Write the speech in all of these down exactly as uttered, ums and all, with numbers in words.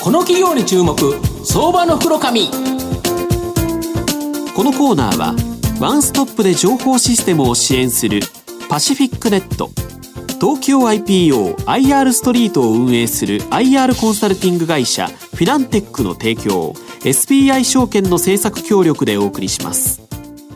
この企業に注目、相場の袋紙。 このコーナーはワンストップで情報システムを支援するパシフィックネット、東京 アイピーオー アイアール ストリートを運営する アイアール コンサルティング会社フィナンテックの提供、 エスビーアイ 証券の政策協力でお送りします。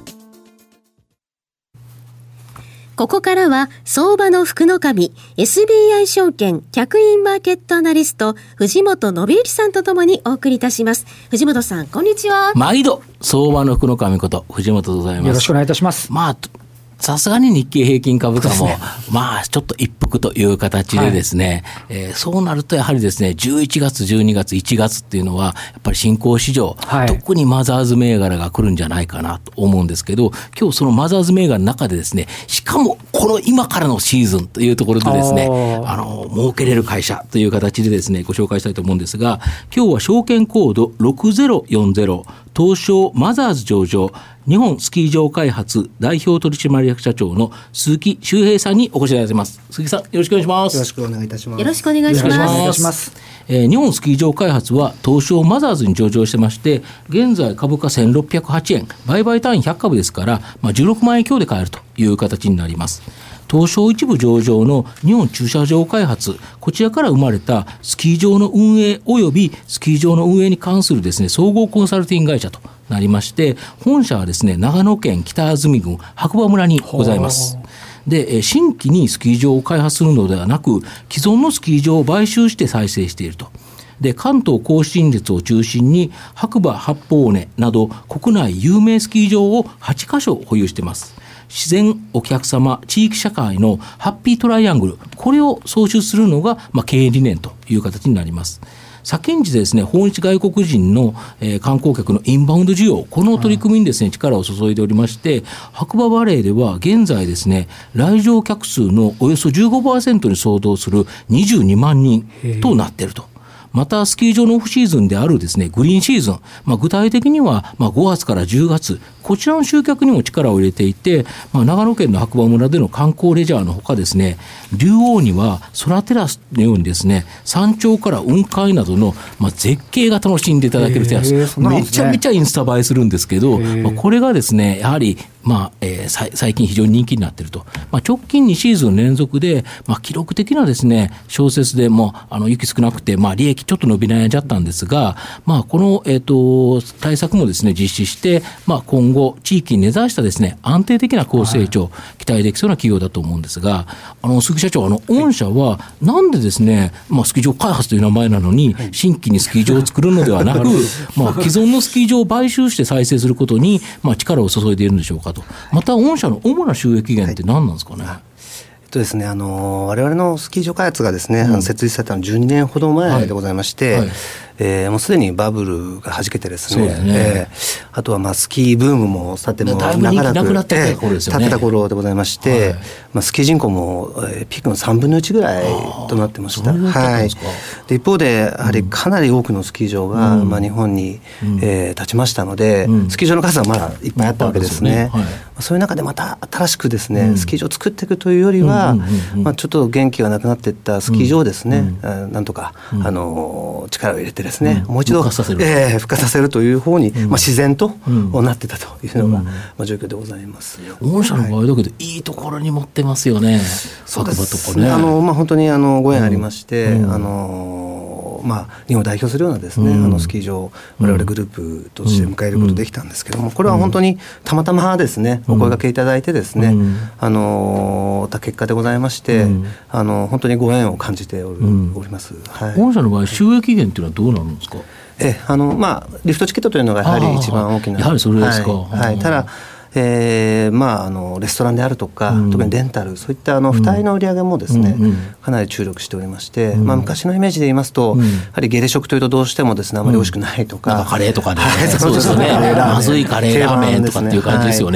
ここからは相場の福の神 エスビーアイ 証券客員マーケットアナリスト藤本信之さんとともにお送りいたします。藤本さん、こんにちは。 毎度相場の福の神こと藤本でございます。 よろしくお願いいたします。 まあさすがに日経平均株価もまあちょっと一服という形でですね、はい、えー、そうなるとやはりですねじゅういちがつじゅうにがついちがつっていうのはやっぱり新興市場、はい、特にマザーズ銘柄が来るんじゃないかなと思うんですけど、今日そのマザーズ銘柄の中でですね、しかもこの今からのシーズンというところでですね、あの儲けれる会社という形でですねご紹介したいと思うんですが、今日は証券コードろくぜろよんぜろ東証マザーズ上場日本スキー場開発代表取締役社長の鈴木周平さんにお越しいただいています。鈴木さん、よろしくお願いします。 よろしくお願いいたします。 よろしくお願いします。 よろしくお願いします。 えー、日本スキー場開発は東証マザーズに上場してまして、現在株価せんろっぴゃくはちえん、売買単位ひゃくかぶですから、まあ、じゅうろくまんえん強で買えるという形になります。東証一部上場の日本駐車場開発、こちらから生まれたスキー場の運営及びスキー場の運営に関するですね総合コンサルティング会社となりまして、本社はですね長野県北安住郡白馬村にございます。で、新規にスキー場を開発するのではなく、既存のスキー場を買収して再生していると。で、関東甲信越を中心に白馬八方尾根など国内有名スキー場をはちかしょ保有しています。自然、お客様、地域社会のハッピートライアングル、これを創出するのが、まあ、経営理念という形になります。先んじてですね、訪日外国人の、えー、観光客のインバウンド需要、この取り組みにですね、力を注いでおりまして、白馬バレーでは現在ですね、来場客数のおよそ じゅうごパーセント に相当するにじゅうにまんにんとなっていると。またスキー場のオフシーズンであるですねグリーンシーズン、まあ、具体的にはまあごがつからじゅうがつ、こちらの集客にも力を入れていて、まあ、長野県の白馬村での観光レジャーのほかですね、竜王には空テラスのようにですね山頂から雲海などのまあ絶景が楽しんでいただけるテラス、ね、めちゃめちゃインスタ映えするんですけど、まあ、これがですねやはりまあえー、最近非常に人気になっていると、まあ、直近にシーズン連続で、まあ、記録的なですね小説でもあの雪少なくて、まあ、利益ちょっと伸び悩んじゃったんですが、まあ、この、えー、と対策もですね実施して、まあ、今後地域に根ざしたですね安定的な高成長、はい、期待できそうな企業だと思うんですが、あの鈴木社長、あの御社はなんでですね、まあ、スキー場開発という名前なのに新規にスキー場を作るのではなく、まあ、既存のスキー場を買収して再生することに、まあ、力を注いでいるんでしょうかと。また御社の主な収益源って何なんですかね。はい、 えっとですね、あの我々のスキー場開発がですね、うん、あの設立されたのじゅうにねんほど前でございまして、はいはい、えー、もうすでにバブルがはじけてですね、ねえー、あとはまあスキーブームも去っても長らくなくなってた頃ですよね。 経ってた頃でございまして、はい、まあ、スキー人口も、えー、ピークのさんぶんのいちぐらいとなってました。はい、で一方でやはりかなり多くのスキー場が、うん、まあ、日本に、うん、えー、立ちましたので、うん、スキー場の数はまだいっぱいあったわけですね。はい、そういう中でまた新しくですね、うん、スキー場を作っていくというよりは、うんうんうんうん、まあ、ちょっと元気がなくなっていったスキー場をですね、うんうん、なんとか、うん、あの力を入れてですね、うん、もう一度復活させる、えー、復活させるという方に、うん、まあ、自然と、うん、なってたというのが、うん、まあ、状況でございます。 御社の場合だけど、はい、いいところに持ってますよね。 そうですね、あの、まあ、本当にあのご縁ありまして、うん、あのまあ、日本を代表するようなですね、うん、あのスキー場を我々グループとして迎えることできたんですけども、これは本当にたまたまですね、お声掛けいただいてですね、うん、あのた結果でございまして、うん、あの本当にご縁を感じており、うん、おります。はい、 御社の場合収益源というのはどうなるんですか。 えあのまあ、リフトチケットというのがやはり一番大きな、 やはりそれですか。 はいはい、ただえーまあ、あのレストランであるとか、うん、特にレンタル、そういったあの付帯の売り上げもですね、うんうん、かなり注力しておりまして、うん、まあ、昔のイメージで言いますと、うん、やはりゲレ食というとどうしてもですね、あまり美味しくないとか、 うん、カレーとかで、ね、 はい、 そうですよね、まずいカレーラーメンとかっていう感じですよね。はい、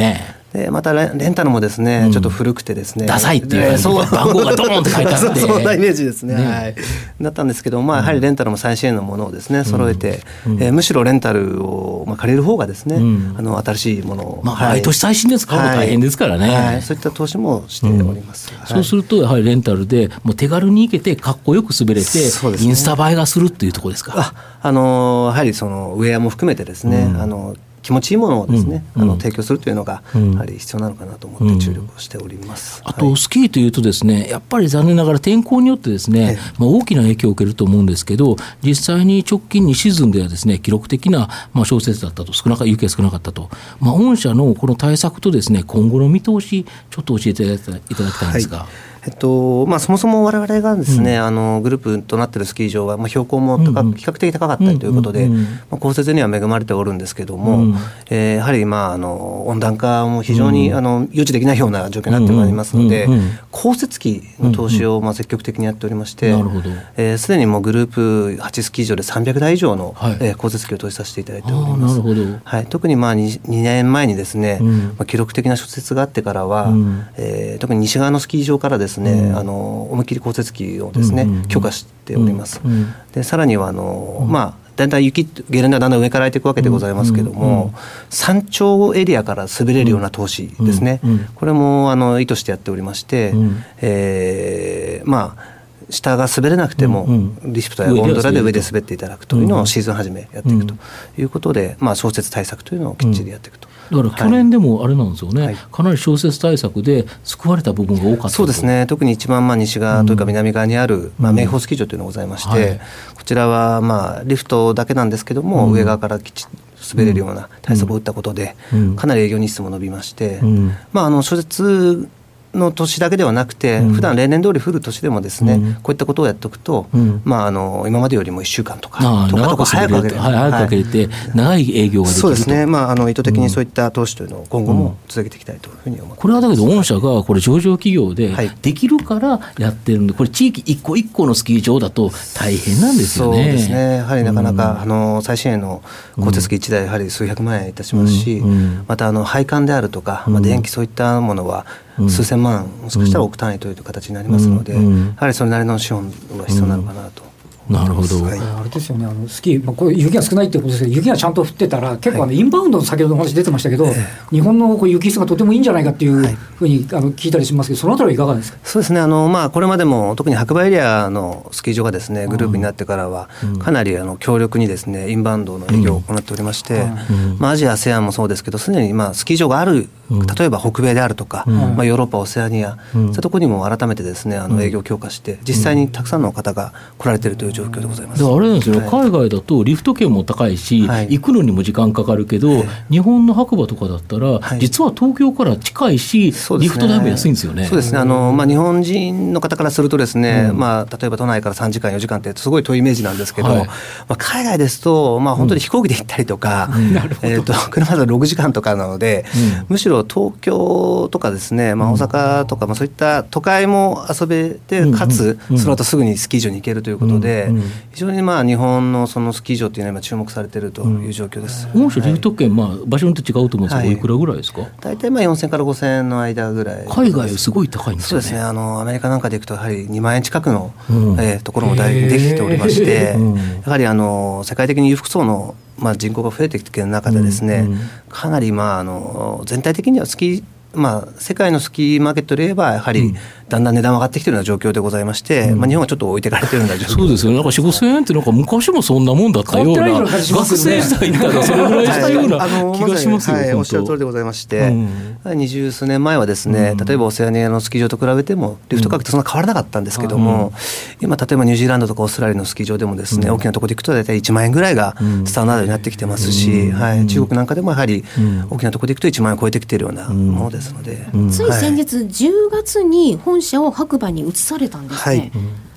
でまたレンタルもですね、うん、ちょっと古くてですねダサいっていうそう番号がドーンって書いてあってそんなイメージですね、ね、はい、だったんですけど、まあ、やはりレンタルも最新鋭のものをですね揃えて、うんえー、むしろレンタルを、まあ、借りる方がですね、うん、あの新しいものを、 まあはい、毎年最新で使うの大変ですからね、 はいはい、そういった投資もしております、 うんはい、そうするとやはりレンタルでもう手軽に行けてかっこよく滑れて、ね、インスタ映えがするっていうところですか。 あ、あのやはりそのウェアも含めてですね、うん、あの気持ちいいものをですね、うん、あの提供するというのがやはり必要なのかなと思って注力をしております、 うん、あとスキーというとですね、やっぱり残念ながら天候によってですね、まあ、大きな影響を受けると思うんですけど、実際に直近にシーズンではですね記録的なまあ小雪だったと、少なか雪が少なかったと、まあ、御社のこの対策とですね今後の見通しちょっと教えていただきたいんですが。はい、 えっとまあ、そもそも我々がですね、うん、あのグループとなっているスキー場は、まあ、標高も高く、うんうん、比較的高かったりということで、うんうんうんまあ、降雪には恵まれておるんですけども、うんえー、やはり、まあ、あの温暖化も非常に、うん、あの予知できないような状況になってまいりますので、うんうんうん、降雪機の投資を、まあ、積極的にやっておりまして、す、うんえー、で、にもうグループはちスキー場でさんびゃくだい以上の、はいえー、降雪機を投資させていただいております。なるほど、はい、特に、まあ、に, にねんまえにですね、うんまあ、記録的な初雪があってからは、うんえー、特に西側のスキー場からですね、うん、あの思いっきり降雪機をですね、うんうんうん、許可しております、うんうん、でさらにはあの、うんまあ、だんだん雪ゲレンデはだんだん上から開いていくわけでございますけども、うんうんうん、山頂エリアから滑れるような投資ですね、うんうん、これもあの意図してやっておりまして、うんえー、まあ下が滑れなくても、うんうん、リフトやゴンドラで上で滑っていただくというのをシーズン初めやっていくということで、まあ、小雪対策というのをきっちりやっていくと、 だから去年でもあれなんですよね、はい、かなり小雪対策で救われた部分が多かった。 そうですね、特に一番まあ西側というか南側にある、まあ、名峰スキー場というのがございまして、うんはい、こちらはまあリフトだけなんですけども、うん、上側からきっちり滑れるような対策を打ったことで、うん、かなり営業日数も伸びまして、うんまあ、あの小雪の年だけではなくて、うん、普段例年通り降る年でもですね、うん、こういったことをやっておくと、うんまあ、あの今までよりもいっしゅうかんとかとかとか早く上げれる、 早く上げれて、はい、長い営業ができると。 そうですね、まあ、あの意図的にそういった投資というのを今後も続けていきたいというふうに思ってます。 これはだけど御社がこれ上場企業でできるからやってるんで、これ地域一個一個のスキー場だと大変なんですよね。 そうですね、やはりなかなか、うん、あの最新鋭の降雪機いちだいやはり数百万円いたしますし、うんうん、またあの配管であるとか、まあ、電気そういったものは数千万、もしかしたら億単位という形になりますので、うんうん、やはりそれなりの資本が必要なのかなと、 うん、なるほど、 はい、あれですよね、あのスキー、まあ、これ雪が少ないってことですけど、雪がちゃんと降ってたら結構あのインバウンドの先ほどの話出てましたけど、はい、日本のこう雪質がとてもいいんじゃないかっていうふうにあの聞いたりしますけど、そのあたりはいかがですか。 そうですね、あの、まあ、これまでも特に白馬エリアのスキー場がですねグループになってからはかなりあの強力にですねインバウンドの営業を行っておりまして、うんうんまあ、アジア、アセアンもそうですけど、すでにまあスキー場がある、例えば北米であるとか、うんまあ、ヨーロッパ、オセアニア、うん、そういったところにも改めてですねあの営業を強化して実際にたくさんの方が来られているという状況でございます。 だからあれなんですよ、はい、海外だとリフト券も高いし、はい、行くのにも時間かかるけど、はい、日本の白馬とかだったら、はい、実は東京から近いし、ね、リフト代も安いんですよね。 そうですね、あの、まあ、日本人の方からするとですね、うんまあ、例えば都内からさんじかんよじかんってすごい遠いイメージなんですけど、はいまあ、海外ですと、まあ、本当に飛行機で行ったりとか、うんえー、と車でろくじかんとかなので、うん、むしろ東京とかですね、まあ、大阪とか、まあ、そういった都会も遊べて、かつその後すぐにスキー場に行けるということで、うんうん、非常にまあ日本のそのスキー場というのは今注目されているという状況です。 御社リフト券、まあ、場所によって違うと思うんですけど、はい、いくらぐらいですか。 大体まあよんせんからごせんえんの間ぐらい。 海外すごい高いんですよね。 そうですね、あのアメリカなんかで行くとやはりにまんえん近くの、うんえー、ところもだいぶできておりまして、うん、やはりあの世界的に裕福層のまあ、人口が増えてきている中でですね、うんうん、かなりまああの全体的にはスキー、まあ、世界のスキーマーケットで言えばやはりだんだん値段上がってきているような状況でございまして、うんまあ、日本はちょっと置いてかれているような状況。 そうですよね、なんかよん、ごせんえんってなんか昔もそんなもんだったような、学生時代からそれぐらいしたような気がしますよ、 はい、おっしゃる通りでございまして、うん、にじゅうすねんまえはですね、例えばオセアニアのスキー場と比べてもリフト価格ってそんな変わらなかったんですけども、うん、今例えばニュージーランドとかオーストラリアのスキー場でもですね、うん、大きなところで行くと大体いちまんえんぐらいがスタンダードになってきてますし、うんはい、中国なんかでもやはり大きなところで行くといちまんえんを超えてきているようなものですので、 うんうん、つい先日じゅうがつに本社を白馬に移されたんですね、はい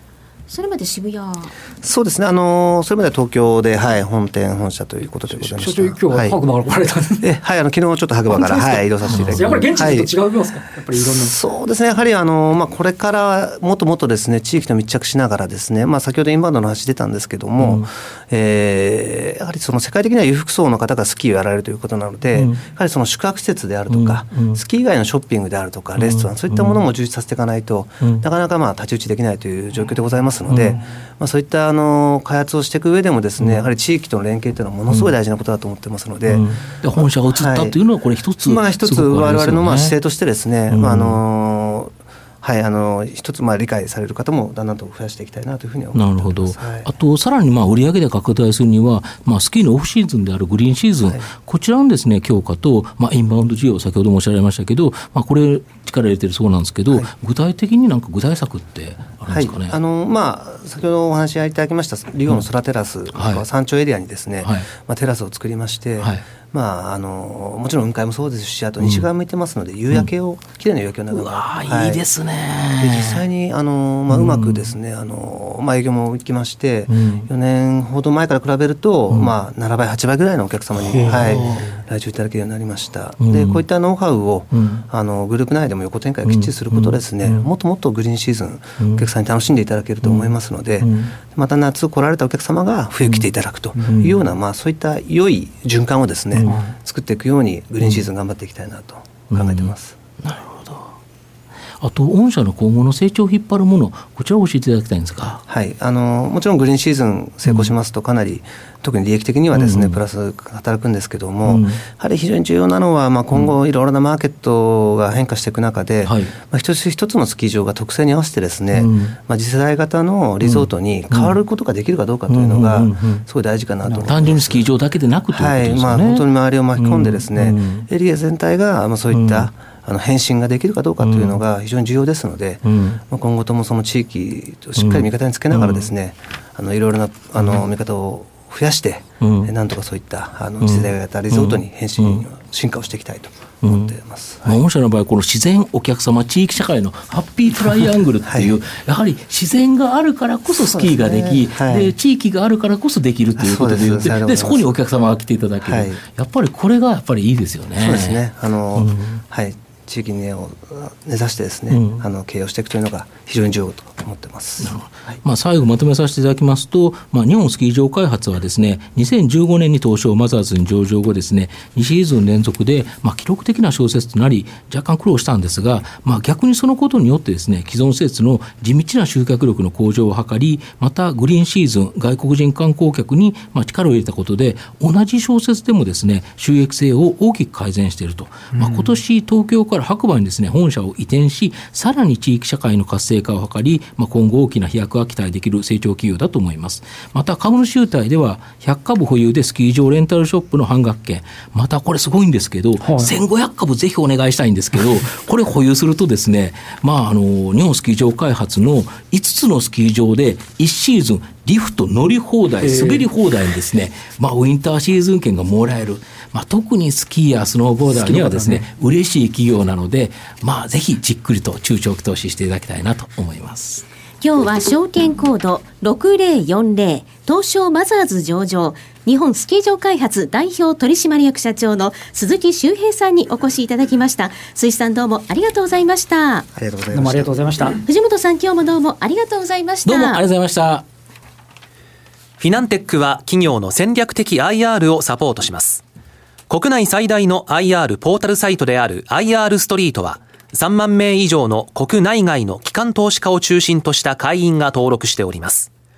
それまで渋谷。 そうですね、あのそれまでは東京で、はい、本店本社ということでございました。 所長、今日は白馬から来られたんですね。 はい、はい、あの昨日ちょっと白馬から、はい、移動させていただきました。 やっぱり現地と違いますか、はい、やっぱりいろんな。 そうですね、やはりあの、まあ、これからもっともっとですね、地域と密着しながらですね、まあ、先ほどインバウンドの話出たんですけども、うん、えー、やはりその世界的には裕福層の方がスキーをやられるということなので、うん、やはりその宿泊施設であるとか、うん、スキー以外のショッピングであるとかレストラン、そういったものも充実させていかないと、うん、なかなかまあ太刀打ちできないという状況でございますので、うん、まあ、そういったあの開発をしていく上でもですね、やはり地域との連携というのはものすごい大事なことだと思ってますので、 うんうん、で本社が移ったというのはこれ一つ、 はい、まあ、一つ我々のまあ姿勢としてですね、うん、まああのはい、あの一つまあ理解される方もだんだんと増やしていきたいなというふうに思っています。 なるほど、 はい、 あとさらにまあ売上で拡大するには、まあ、スキーのオフシーズンであるグリーンシーズン、はい、こちらのですね強化と、まあ、インバウンド需要、先ほどもおっしゃられましたけど、まあ、これ力入れてるそうなんですけど、はい、具体的になんか具体策ってあるんですかね。 はい、あのまあ、先ほどお話しいただきましたリオの空テラス、うん、はい、山頂エリアにですね、はい、まあ、テラスを作りまして、はい、まあ、あのもちろん雲海もそうですし、あと西側向いてますので、うん、夕焼けを、きれいな夕焼けを眺める、 はい、いいですね。 で実際にあの、まあ、うまくですね、あの、まあ、営業も行きまして、うん、よねんほど前から比べると、うん、まあ、ななばいはちばいぐらいのお客様に、はい、来場いただけるようになりました、うん、でこういったノウハウを、うん、あのグループ内でも横展開をきっちりすることですね、うん、もっともっとグリーンシーズン、うん、お客さんに楽しんでいただけると思いますので、うん、また夏来られたお客様が冬来ていただくというような、うん、まあ、そういった良い循環をですね、うん、作っていくようにグリーンシーズン頑張っていきたいなと考えています、 うんうん、なるほど。あと御社の今後の成長を引っ張るもの、こちらを教えていただきたいんですが。 はい、あのもちろんグリーンシーズン成功しますとかなり、うん、特に利益的にはですね、うん、プラス働くんですけども、うん、やはり非常に重要なのは、まあ、今後いろいろなマーケットが変化していく中で、うん、まあ、一つ一つのスキー場が特性に合わせてですね、うん、まあ、次世代型のリゾートに変わることができるかどうかというのがすごい大事かなと思います。 単純にスキー場だけでなくということですね。 はい、まあ、本当に周りを巻き込んでですね、うん、エリア全体がまあそういった、うん、あの返信ができるかどうかというのが非常に重要ですので、うん、まあ、今後ともその地域をしっかり味方につけながらですね、うん、あのいろいろなあの見方を増やして、うん、なんとかそういったあの次世代型リゾートに変身、うん、進化をしていきたいと思っています、 うん、はい、まあ、御社の場合この自然、お客様、地域社会のハッピートライアングルっていう、はい、やはり自然があるからこそスキーができ、で、ね、はい、で地域があるからこそできるということで言って、そ で, でそこにお客様が来ていただける、はい、やっぱりこれがやっぱりいいですよね。 そうですね、あの、うん、はい、地域にを根ざしてですね、うん、あの経営をしていくというのが非常に重要と思ってます。はい、まあ、 最後まとめさせていただきますと、まあ、日本スキー場開発はですね、にせんじゅうごねんに東証マザーズに上場後ですね、にシーズン連続で、まあ、記録的な小説となり若干苦労したんですが、まあ、逆にそのことによってですね、既存施設の地道な集客力の向上を図り、またグリーンシーズン、外国人観光客にまあ力を入れたことで、同じ小説でもですね、収益性を大きく改善していると、うん、まあ、今年東京から白馬にですね、本社を移転し、さらに地域社会の活性化を図り、まあ、今後大きな飛躍が期待できる成長企業だと思います。また株主優待ではひゃっかぶ保有でスキー場レンタルショップの半額券、またこれすごいんですけど、はい、せんごひゃっかぶぜひお願いしたいんですけど、これ保有するとですね、まあ、あの日本スキー場開発のいつつのスキー場でいちシーズンリフト乗り放題、滑り放題にですね、まあ、ウィンターシーズン券がもらえる、まあ、特にスキーやスノーボーダーにはですね、ね、嬉しい企業なので、まあ、ぜひじっくりと中長期投資していただきたいなと思います。 今日は証券コードろくぜろよんぜろ東証マザーズ上場日本スキー場開発代表取締役社長の鈴木周平さんにお越しいただきました。鈴木さん、どうもありがとうございました。 ありがとうございました。 どうもありがとうございました。 藤本さん、今日もどうもありがとうございました。 どうもありがとうございました。 フィナンテックは企業の戦略的 アイアール をサポートします。国内最大の アイアール ポータルサイトである アイアール ストリートはさんまんめい以上の国内外の機関投資家を中心とした会員が登録しております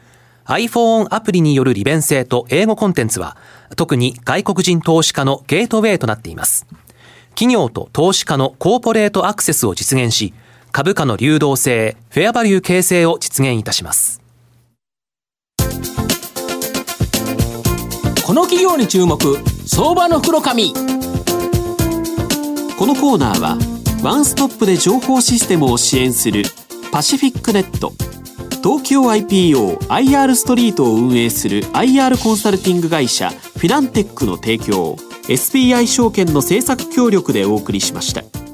。iPhone アプリによる利便性と英語コンテンツは特に外国人投資家のゲートウェイとなっています。企業と投資家のコーポレートアクセスを実現し、株価の流動性、フェアバリュー形成を実現いたします。 この企業に注目、相場の袋紙。 このコーナーはワンストップで情報システムを支援するパシフィックネット、東京 アイピーオー アイアール ストリートを運営する アイアール コンサルティング会社フィナンテックの提供、エスビーアイ 証券の政策協力でお送りしました。